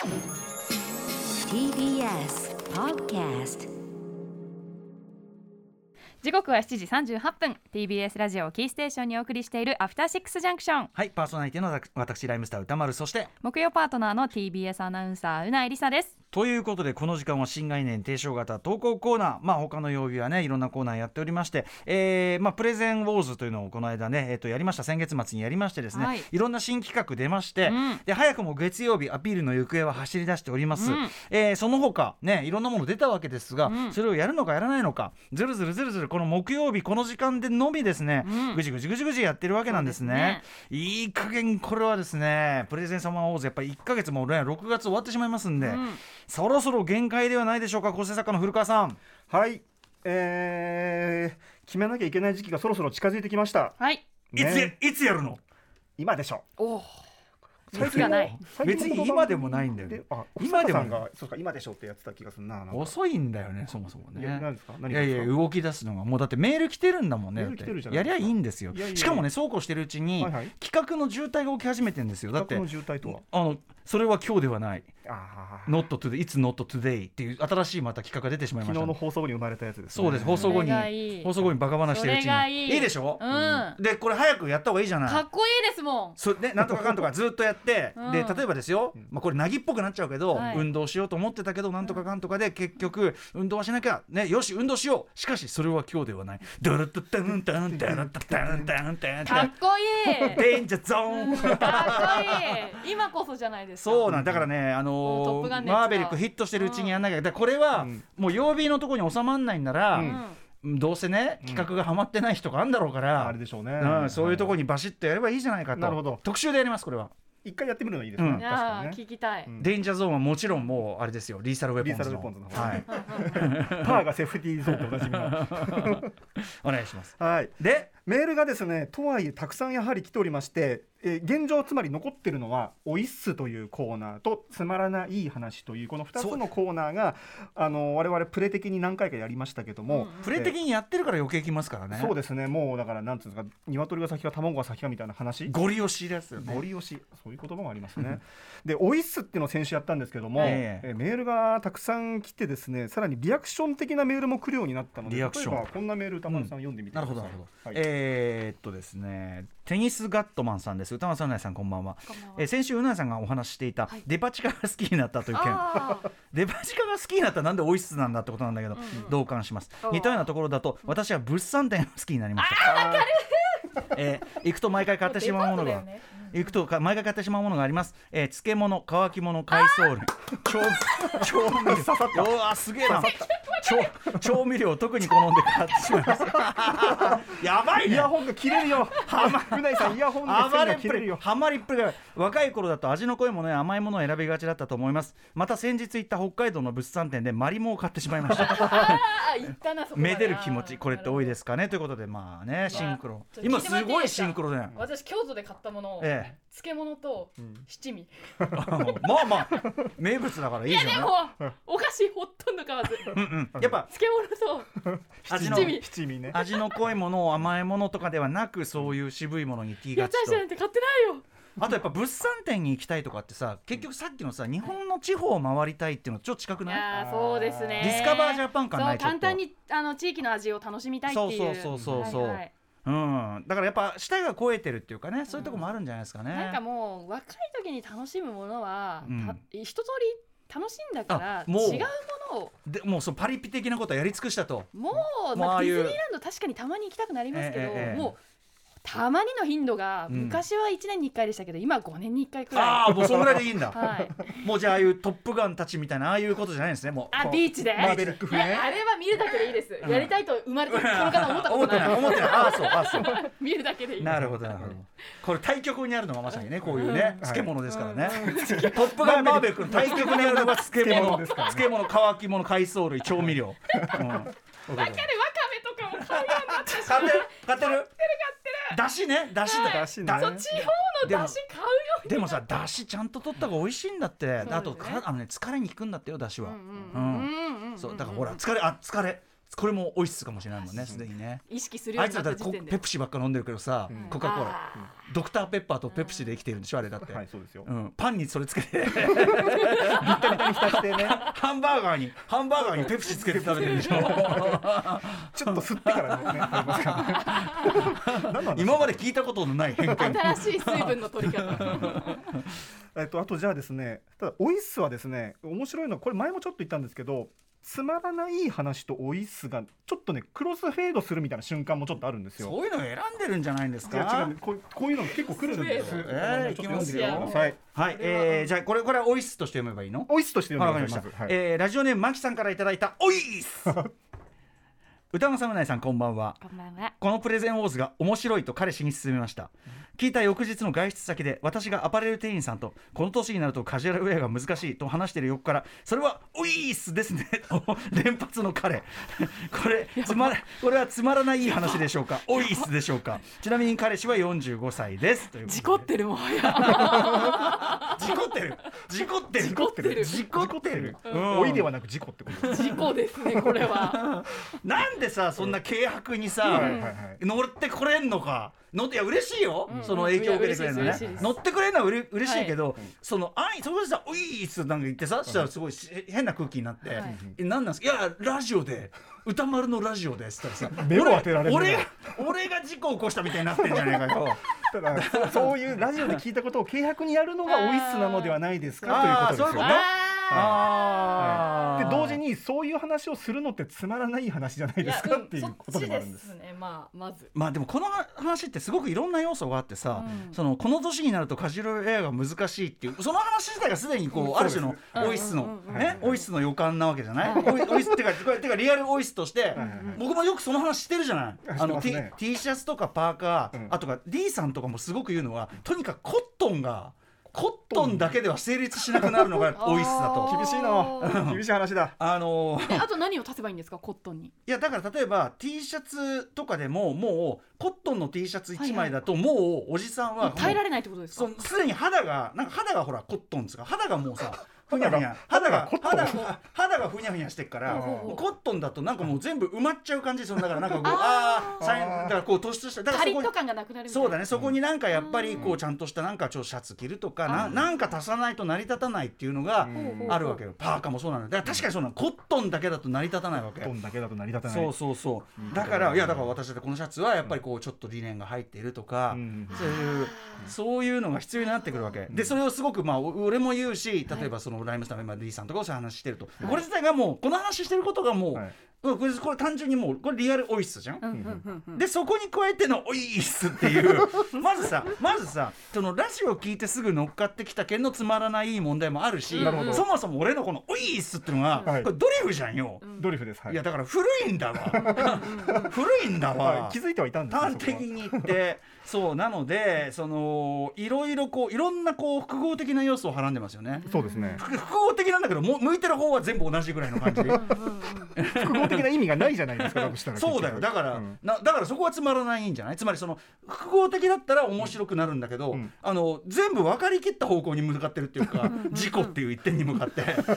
TBS Podcast。 時刻は7時38分 TBS ラジオキーステーションにお送りしているアフターシックスジャンクション。 はい、パーソナリティの私ライムスター歌丸、そして木曜パートナーの TBS アナウンサーうないりさです。 ということでこの時間は新概念提唱型投稿コーナー、他の曜日はねいろんなコーナーやっておりまして、プレゼンウォーズというのをこの間ね、やりました。先月末にやりましてですね、いろんな新企画出まして、で早くも月曜日アピールの行方は走り出しております。その他ねいろんなもの出たわけですが、それをやるのかやらないのか、ずるずるこの木曜日この時間でのみですね、ぐじぐじやってるわけなんですね。いい加減これはですね、プレゼンサマーウォーズやっぱり1ヶ月もね6月終わってしまいますんで、そろそろ限界ではないでしょうか。構成作家の古川さん。 はい、決めなきゃいけない時期がそろそろ近づいてきました。 はい、 ね、 いつやるの？ 今でしょ。 お最近がない別に今でもないんだよね。 今でもがそうか今でしょってやってた気がするな。 遅いんだよねそもそもね。 何ですか？ いや動き出すのがもうだってメール来てるんだもんね。やりゃいいんですよ。しかもねそうこうしてるうちに、企画の渋滞が起き始めてるんですよ。だって企画の渋滞とはそれは今日ではない。 Not today, It's not today っていう新しいまた企画が出てしまいました、 昨日の放送後に生まれたやつですね。 そうです。放送後にバカ話してるうちにいいでしょ、でこれ早くやった方がいいじゃない。 かっこいいですもん。 でなんとかかんとかずっとやって、で例えばですよ、これなぎっぽくなっちゃうけど、運動しようと思ってたけどなんとかかんとかで結局運動はしなきゃね、よし運動しよう、しかしそれは今日ではない。ドルッタタンタンタンタンタンタンかっこいい。 デンジャーゾーンかっこいい。今こそじゃないですか。 そうなんだからね、マーベリックヒットしてるうちにやんなきゃ。これはもう曜日のところに収まんないんなら、どうせね企画がハマってない人があるんだろうから、 あれでしょうね、 そういうところにバシッとやればいいじゃないかと。 なるほど。 特集でやります。これは一回やってみるのがいいですね。確かにね。 聞きたい。 デンジャーゾーンはもちろんもうあれですよ、リーサルウェポンズの方、はい、 パーがセーフティーゾーンと同じみのお願いします。 はい。 でメールがですね、とはいえたくさんやはり来ておりまして、現状つまり残ってるのはおいっすというコーナーとつまらない話というこの2つのコーナーが我々プレ的に何回かやりましたけども、 プレ的にやってるから余計きますからね。 そうですね。もうだからなんていうんですか、鶏が先か卵が先かみたいな話、 ゴリ押しですよね。 ゴリ押し、そういう言葉もありますねでおいっすっていうのを先週やったんですけども、メールがたくさん来てですね、さらにリアクション的なメールも来るようになったので、例えばこんなメール歌丸さん読んでみてください。 なるほど、ですね、テニスガットマンさんです。歌丸さん、うなえさん、こんばんは。先週うなえさんがお話ししていた、デパ地下が好きになったという件デパ地下が好きになったらなんでオイスなんだってことなんだけど、同感します。似たようなところだと私は物産展が好きになりました。行くと毎回買ってしまうものがあります。漬物、乾き物、海藻類、調味料、すげえな、調味料特に好んで買ってしまいますやばいね、 イヤホンが切れるようないさん、イヤホンが切れるよ。 ハマりっぷりが。若い頃だと味の濃いものや甘いものを選びがちだったと思います。また先日行った北海道の物産展でマリモを買ってしまいましためでる気持ち、これって多いですかねということで、まあね、シンクロ、今すごいシンクロだよ。 私京都で買ったものを、漬物と七味まあ名物だからいいじゃん。 いやでもお菓子ほとんど買わずやっぱ漬物と七味ね、 味の濃いもの、甘いものとかではなく、そういう渋いものに行きがちと。 私なんて買ってないよ。 あとやっぱ物産展に行きたいとかってさ、結局さっきのさ、日本の地方を回りたいっていうのちょっと近くない？ いやそうですね。 ディスカバージャパン感ない？ちょっと簡単に地域の味を楽しみたいっていう。 そう、だからやっぱ舌が肥えてるっていうかね、そういうとこもあるんじゃないですかね。 なんかもう若い時に楽しむものは、一通り楽しんだから違うものをでもうそうパリピ的なことはやり尽くしたと。 もう、ディズニーランド確かにたまに行きたくなりますけど、もうたまにの頻度が昔は1年に1回でしたけど、今は5年に1回くらい。 もうそんぐらいでいいんだはいもうじゃあああいうトップガンたちみたいなああいうことじゃないんですね。もうビーチでマーベリック風ね。 あれは見るだけでいいです。やりたいと生まれてこの方思ったことない思ってないそう見るだけでいい。 なるほどこれ対極にあるのがまさにね、こういうね、漬物ですからね。トップガンマーベリックの対極にあるのが漬物、乾き物、海藻類、調味料。 わかる、わかめとかも買うようになったし。 買ってるだしね、だしだ。 そう、地方のだし買うよ。 でもさ、だしちゃんと取った方が美味しいんだって。あと疲れに効くんだってよ、だしは。そうだからほら疲れこれもオイスかもしれないもんね、すでにね。 意識するようになった時点で。 ペプシばっか飲んでるけどさ、コカ・コーラ、ドクターペッパーとペプシで生きてるんでしょあれだって。 はい、そうですよ。 パンにそれつけてタに浸してねハンバーガーにペプシつけて食べてるでしょちょっと吸ってからね食べますからね今まで聞いたことのない偏見新しい水分の取り方あとじゃあですね、ただオイッスはですね面白いのはこれ前もちょっと言ったんですけど、つまらない話とオイッスがちょっとねクロスフェードするみたいな瞬間もちょっとあるんですよ。 そういうのを選んでるんじゃないんですか。 いや違う、こういうの結構来るんですよ。 いきますよ。はい、じゃあこれはオイッスとして読めばいいの？ オイッスとして読めばいいの。 わかりました。ラジオネームマキさんからいただいたオイッス歌間さむないさんこんばんは。 こんばんは。 このプレゼンウォーズが面白いと彼氏に勧めました。聞いた翌日の外出先で私がアパレル店員さんとこの年になるとカジュアルウェアが難しいと話している横からそれはオイースですねと連発の彼これはつまらない話でしょうかオイースでしょうか。ちなみに彼氏は45歳ですということで。 事故ってるもはや事故ってる、 老いではなく事故ってこと事故ですねこれはなんでさそんな軽薄にさ、乗ってこれんのか。いや嬉しいよ、その影響を受けてくれるのね。乗ってくれるのは嬉しいけど、そこでさおいーすなんか言ってさ、したらすごい変な空気になって、何なんですか。いやラジオで歌丸のラジオですって言ったらさ、 目を当てられる。 俺が事故を起こしたみたいになってんじゃねえかよただそういうラジオで聞いたことを軽薄にやるのがオイッスなのではないですかということですよね。で同時にそういう話をするのってつまらない話じゃないですかっていうことでもあるんです。 まあでもこの話ってすごくいろんな要素があってさ、この年になるとカジュアルウェアが難しいっていうその話自体がすでにこうある種のオイッスのオイッスの予感なわけじゃない。オイッスってかリアルオイッスとして僕もよくその話してるじゃない。T シャツとかパーカー、あとか D さんとかもすごく言うのはとにかくコットンだけでは成立しなくなるのがオイッスだと。 厳しいな厳しい話だ。 あと何を足せばいいんですかコットンに。 いやだから例えば T シャツとかでももうコットンの T シャツ1枚だともうおじさんは耐えられないってことですか。 すでに肌がほらコットンですか。肌がもうさふにゃふにゃ肌がふにゃふにゃしてっからコットンだとなんかもう全部埋まっちゃう感じ。だからなんかこうだからこう突出したカリッと感がなくなるみたいな。 そうだね。そこになんかやっぱりこうちゃんとしたなんかシャツ着るとかなんか足さないと成り立たないっていうのがあるわけよ。パーカーもそうなの。だから確かにそうなの。コットンだけだと成り立たないわけ。 コットンだけだと成り立たない。 そうだから私だってこのシャツはやっぱりこうちょっと理念が入っているとかそういうのが必要になってくるわけで、それをすごく俺も言うし、例えばそのライムスターのリーさんとかそういう話してると、これ自体がもうこの話してることがもうこれ単純にもうこれリアルオイッスじゃん。でそこに加えてのオイッスっていうまずさそのラジオ聞いてすぐ乗っかってきた件のつまらない問題もあるし、そもそも俺のこのオイッスっていうのがこれドリフじゃんよ。 ドリフです。 いやだから古いんだわ気づいてはいたんですよ。 端的に言ってそうなのでいろいろこういろんなこう複合的な要素をはらんでますよね。 そうですね。 複合的なんだけど向いてる方は全部同じぐらいの感じ。 複合的な意味がないじゃないですか。だとしたらそうだよ。だからそこはつまらないんじゃない。つまりその複合的だったら面白くなるんだけど、全部分かりきった方向に向かってるっていうか事故っていう一点に向かってだ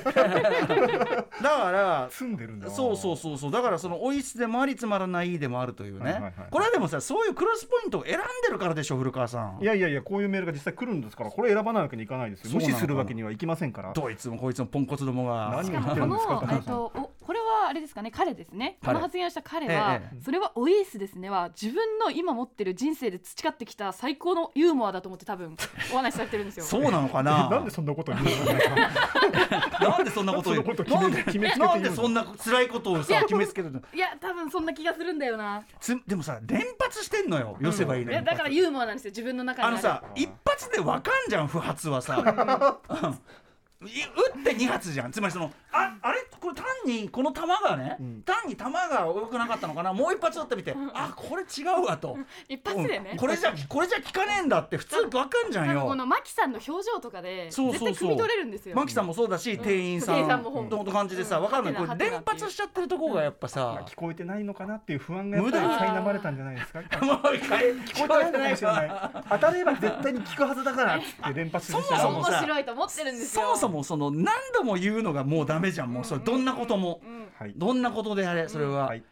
から住んでるんだ。 そうだからそのオイッスでもありつまらないでもあるというね。これはでもさそういうクロスポイントを選んでるからでしょ古川さん。 いやこういうメールが実際来るんですから、これ選ばないわけにいかないですよ。無視するわけにはいきませんから。 どいつもこいつもポンコツどもが何を言ってるんですか。 これはあれですかね、彼ですね。この発言をした彼は、それはオイッスですねは自分の今持ってる人生で培ってきた最高のユーモアだと思って多分お話しされてるんですよ。 そうなのかな。 なんでそんなこと言うの。 なんでそんなこと言うの。なんでそんな辛いことをさ決めつけるの。 いや多分そんな気がするんだよな。 でもさ連発してんのよ。寄せばいいのに。 だからユーモアなんですよ自分の中に。 一発でわかんじゃん不発はさ。打って2発じゃん。つまりあれこれ単にこの球がね、単に球が良くなかったのかな。もう一発打ってみて、これ違うわと一発でね、 これじゃ効かねえんだって普通分かんじゃんよ。 このマキさんの表情とかで絶対汲み取れるんですよ。 マキさんもそうだし、店員さんの感じでさ分かるのに、これ連発しちゃってるところがやっぱさ聞こえてないのかなっていう不安がやっぱり苛まれたんじゃないですか。 もう一回聞こえてないかもしれない。当たれば絶対に聞くはずだからって連発してたら面白いと思ってるんですよ。 そもそも何度も言うのがもうダメじゃん。もうそれどんなことも、どんなことであれそれは、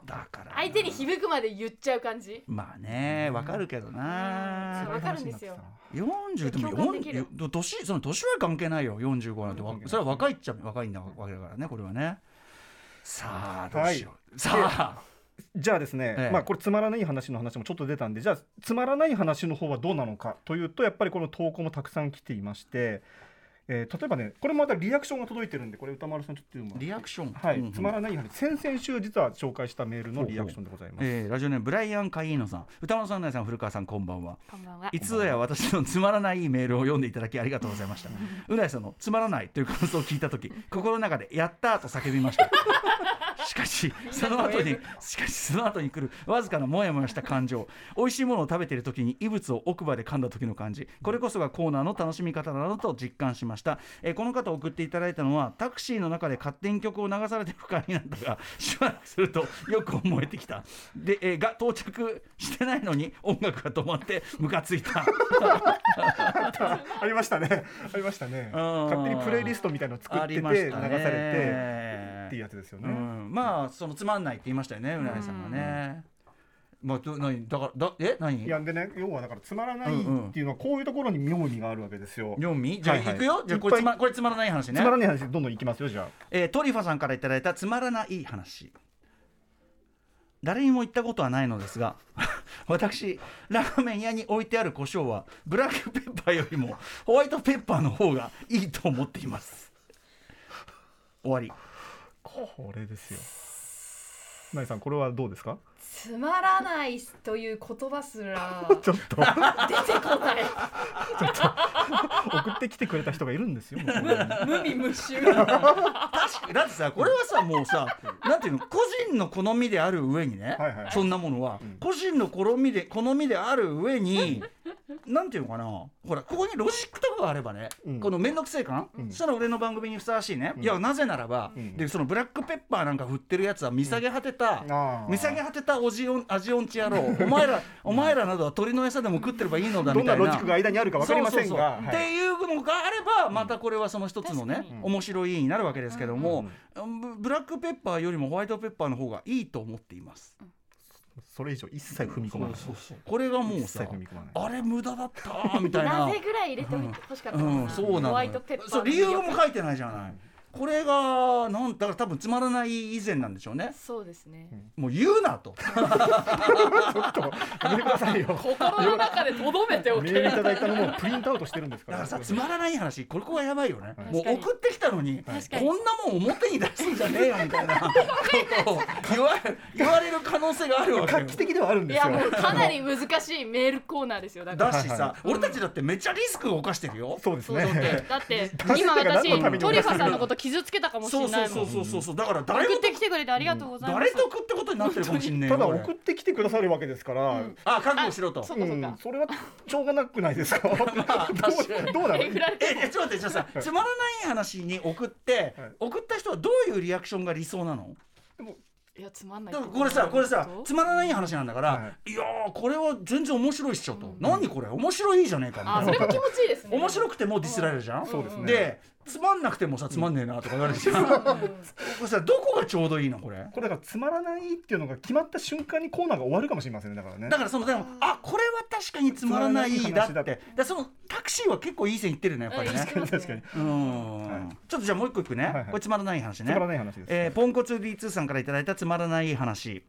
だから相手に響くまで言っちゃう感じ。 まあねわかるけどな。 わかるんですよ。 40でもその年は関係ないよ。45なんてそれは若いっちゃ若いんだわけだからねこれはね。さあどうしよう、さあじゃあですね、これつまらない話の話もちょっと出たんで、じゃあつまらない話の方はどうなのかというと、やっぱりこの投稿もたくさん来ていまして、例えばねこれもまたリアクションが届いてるんで、これ歌丸さんちょっと読む。 リアクション、 はい、つまらない話、先々週実は紹介したメールのリアクションでございます。 ラジオネームブライアン・カイーノさん、歌丸さん、うなえさん、古川さん、こんばんは。 こんばんは。 いつぞや私のつまらないメールを読んでいただきありがとうございました。うなえさんのつまらないという感想を聞いたとき、心の中でやったーと叫びました。しかしその後に来るわずかなモヤモヤした感情、美味しいものを食べている時に異物を奥歯で噛んだ時の感じ、これこそがコーナーの楽しみ方などと実感しました。この方送っていただいたのはタクシーの中で勝手に曲を流されて不快になったがしばらくするとよく思えてきたで、が到着してないのに音楽が止まってムカついたありましたねありましたね。勝手にプレイリストみたいなの作ってて流されてっていうやつですよね。 まあそのつまんないって言いましたよね、うなえさんがね。まあ何だから何？ いやでね、要はだからつまらないっていうのはこういうところに妙味があるわけですよ。 妙味？じゃあ行くよ。じゃあこれつまらない話ね。 つまらない話どんどん行きますよ。じゃあ、トリファさんからいただいたつまらない話。誰にも言ったことはないのですが私ラーメン屋に置いてある胡椒はブラックペッパーよりもホワイトペッパーの方がいいと思っています。終わり。 これですよ。なえさんこれはどうですか？ つまらないという言葉すらちょっと出てこない。 ちょっと送ってきてくれた人がいるんですよ。 無味無臭。 確かにだってさこれはさもうさなんていうの個人の好みである上にね、そんなものは、個人の好みである上になんていうのかな、ほらここにロジックとかがあればね、このめんどくせえ感、そしたら俺の番組にふさわしいね、いやなぜならば、でそのブラックペッパーなんか振ってるやつは見下げ果てた、味音痴野郎お前らなどは鳥の餌でも食ってればいいのだみたいな、 どんなロジックが間にあるか分かりませんがっていうのがあればまたこれはその一つのね面白いになるわけですけども、ブラックペッパーよりもホワイトペッパーの方がいいと思っています。 それ以上一切踏み込まない。 これがもうさあれ無駄だったみたいななぜぐらい入れてほしかったのかな、ホワイトペッパー理由も書いてないじゃない。これがだから多分つまらない以前なんでしょうね。 そうですね、 もう言うなとちょっとやめてくださいよ。 心の中で留めておけ。 メールいただいたのもプリントアウトしてるんですから。 だからさつまらない話ここがやばいよね、もう送ってきたのにこんなもん表に出すんじゃねえよみたいなことを言われる可能性があるわけよ。 画期的ではあるんですよ。 いやもうかなり難しいメールコーナーですよ。 だしさ、俺たちだってめっちゃリスクを冒してるよ。 そうですね。 だって今私トリファさんのこと傷つけたかもしれないもん。 そうだから送ってきてくれてありがとうございます。 誰得ってことになってるかもしれない。 ただ送ってきてくださるわけですから、 覚悟しろと。 そうかそうか。 それはしょうがなくないですか。どうなの？ ちょっと待ってじゃあさつまらない話に送った人はどういうリアクションが理想なの？ いやつまんない。 これさつまらない話なんだから、いやこれは全然面白いっしょと、何これ面白いじゃねえかみたいな。 それが気持ちいいですね。 面白くてもディスられるじゃん。 そうですね。 でつまんなくてもさつまんねえなとか言われるじゃん。これさどこがちょうどいいのこれ。 これだからつまらないっていうのが決まった瞬間にコーナーが終わるかもしれませんね。だからね。 だからでもこれは確かにつまらないだって。そのタクシーは結構いい線いってるねやっぱりね。 確かに。 ちょっとじゃあもう一個いくね。これつまらない話ね。 つまらない話です。 ポンコツ D2 さんからいただいたつまらない話。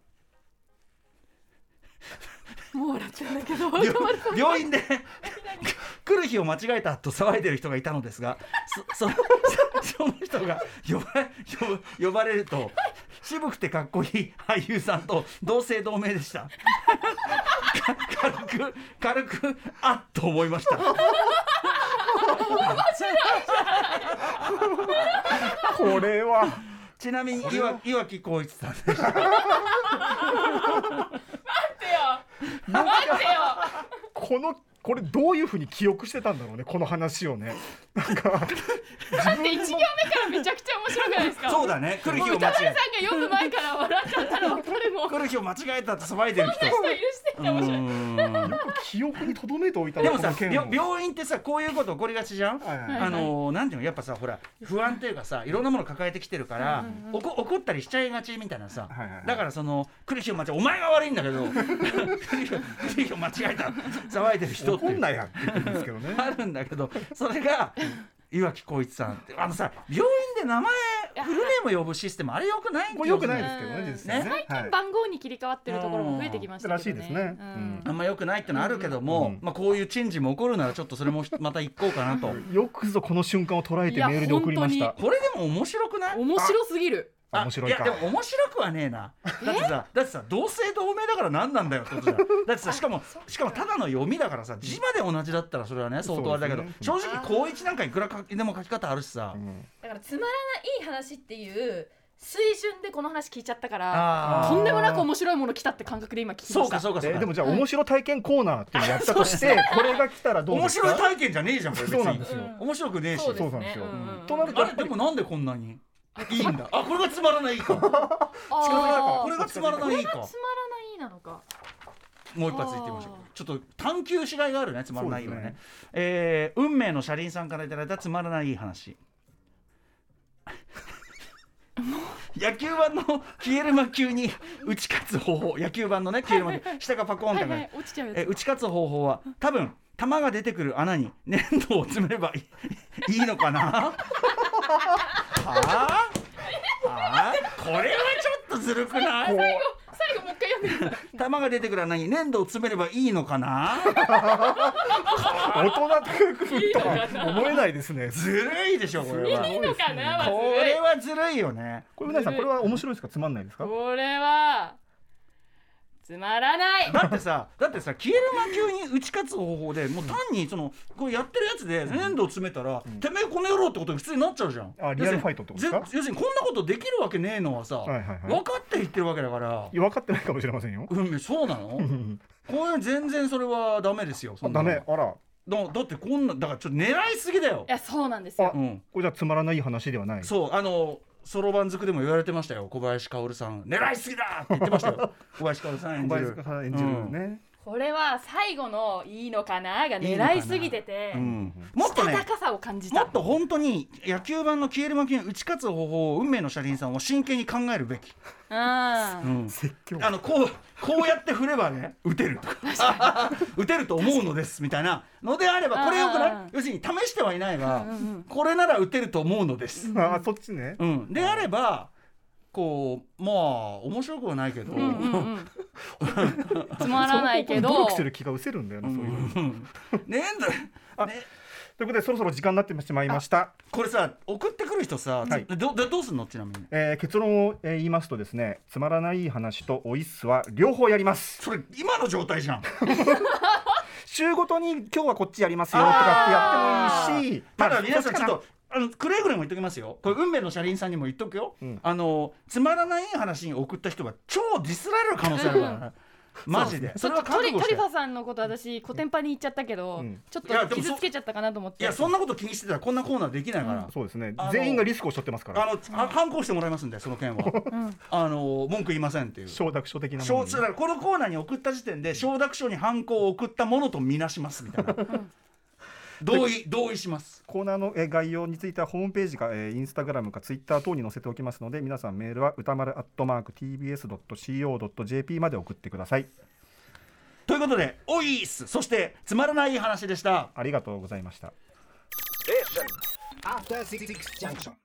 もう笑ってんだけど病院で来る日を間違えたと騒いでる人がいたのですが、その人が呼ばれると渋くてかっこいい俳優さんと同姓同名でした。軽くあっと思いました。 これはちなみに岩城浩一さんでした。 待ってよこれどういうふうに記憶してたんだろうねこの話をね。なんかだって1行目からめちゃくちゃ面白くないですか。 そうだね、来る日を間違歌丸さんがえ読む前から笑っちゃったのはこれも来る日を間違えたって騒いでる人。 許してて面白い。 よく記憶に留めておいたでもさ、 この件を病院ってさこういうこと起こりがちじゃん。 はいはいなんていうのやっぱさほら不安っていうかさいろんなもの抱えてきてるから怒ったりしちゃいがちみたいなさ、 はいはいはいだからその来る日を間違えお前が悪いんだけど来る日を間違えた騒いでる人って怒んなやって言うんですけどねあるんだけど、それが岩城浩一さんってさ病院で名前フルネーム呼ぶシステムあれよくないんこれ良くないですけどね実際ね最近番号に切り替わってるところも増えてきましたけどね。 らしいですねあんま良くないってのあるけども、まあ、こういうチェンジも起こるならちょっとそれもまた行こうかなと。 よくぞこの瞬間を捉えてメールで送りました。 これでも面白くない？ 面白すぎる。 面白いか。 いやでも面白くはねえな。だってさ同姓同名だから何なんだよってことじゃん。だってさしかもただの読みだからさ字まで同じだったらそれはね相当あれだけど、正直高一なんかいくらでも書き方あるしさ、 だからつまらない話っていう水準でこの話聞いちゃったからとんでもなく面白いもの来たって感覚で今聞きました。 そうかでもじゃあ面白体験コーナーっていうのやったとしてこれが来たらどうですか。 面白い体験じゃねえじゃんこれ別に。 そうなんですよ。 面白くねえし。 そうそうなんですよ。 となるとあれでもなんでこんなにいいんだ。あこれがつまらないか。これがつまらないか。 つまらないなのか。 もう一発言ってみましょう。ちょっと探求しがいがあるねつまらないよね。運命の車輪さんからいただいたつまらない話。野球盤の消える魔球に打ち勝つ方法。野球盤のね消える魔球下がパコンって落ちちゃうやつ。 打ち勝つ方法は多分球が出てくる穴に粘土を詰めればいいのかな。はあこれはちょっとずるくない？ 最後もう一回読んでください。 球が出てくる穴に粘土を詰めればいいのかな。 大人とか思えないですね。 ずるいでしょこれは。 いいのかな。 これはずるいよね。 これうなぎさんこれは面白いですかつまんないですか。 これはつまらない。 だってさ消える魔球に打ち勝つ方法でもう単にそのこうやってるやつで粘土を詰めたら、てめえこの野郎ってことに普通になっちゃうじゃん。 あリアルファイトってことですか。 要するにこんなことできるわけねえのはさ、分かって言ってるわけだから。 いや分かってないかもしれませんよ。 そうなの？これ全然それはダメですよ。 ダメ。あら。 だってこんなだからちょっと狙いすぎだよ。 いやそうなんですよ。 これじゃつまらない話ではない。 そうそろばん塾でも言われてましたよ。小林薫さん狙いすぎだって言ってましたよ。小林薫さん演じるね。 これは最後のいいのかなが狙いすぎててもっとねしたたかさを感じた。 もっと本当に野球盤の消える魔球に打ち勝つ方法を運命の車輪さんは真剣に考えるべき。 説教。 こうやって振ればね打てるとか打てると思うのですみたいなのであればこれよくない？要するに試してはいないがこれなら打てると思うのです。 そっちね。 であればこうまあ面白くはないけどつまらないけど努力してる気が失せるんだよなそういうねということでそろそろ時間になってしまいました。 これさ送ってくる人さ、どうすんのちなみに、 結論を言いますとですねつまらない話とおいっすは両方やります。 それ今の状態じゃん。 週ごとに今日はこっちやりますよとかってやってもいいし、 ただ皆さんちょっとくれぐれも言っときますよ。これ運命の車輪さんにも言っとくよ、つまらない話に送った人が超ディスられる可能性あるからね。マジでそれは覚悟して。 トリファさんのこと私コテンパに言っちゃったけど、ちょっと傷つけちゃったかなと思って。 いやそんなこと気にしてたらこんなコーナーできないから、 そうですね全員がリスクを背負ってますから反抗してもらいますんでその件は文句言いませんっていう承諾書的なもの、 だからこのコーナーに送った時点で承諾書に反抗を送ったものとみなしますみたいな同意します。 コーナーの概要についてはホームページかインスタグラムかツイッター等に載せておきますので皆さんメールは歌丸@tbs.co.jp まで送ってください。 ということでおいっすそしてつまらない話でした。 ありがとうございました。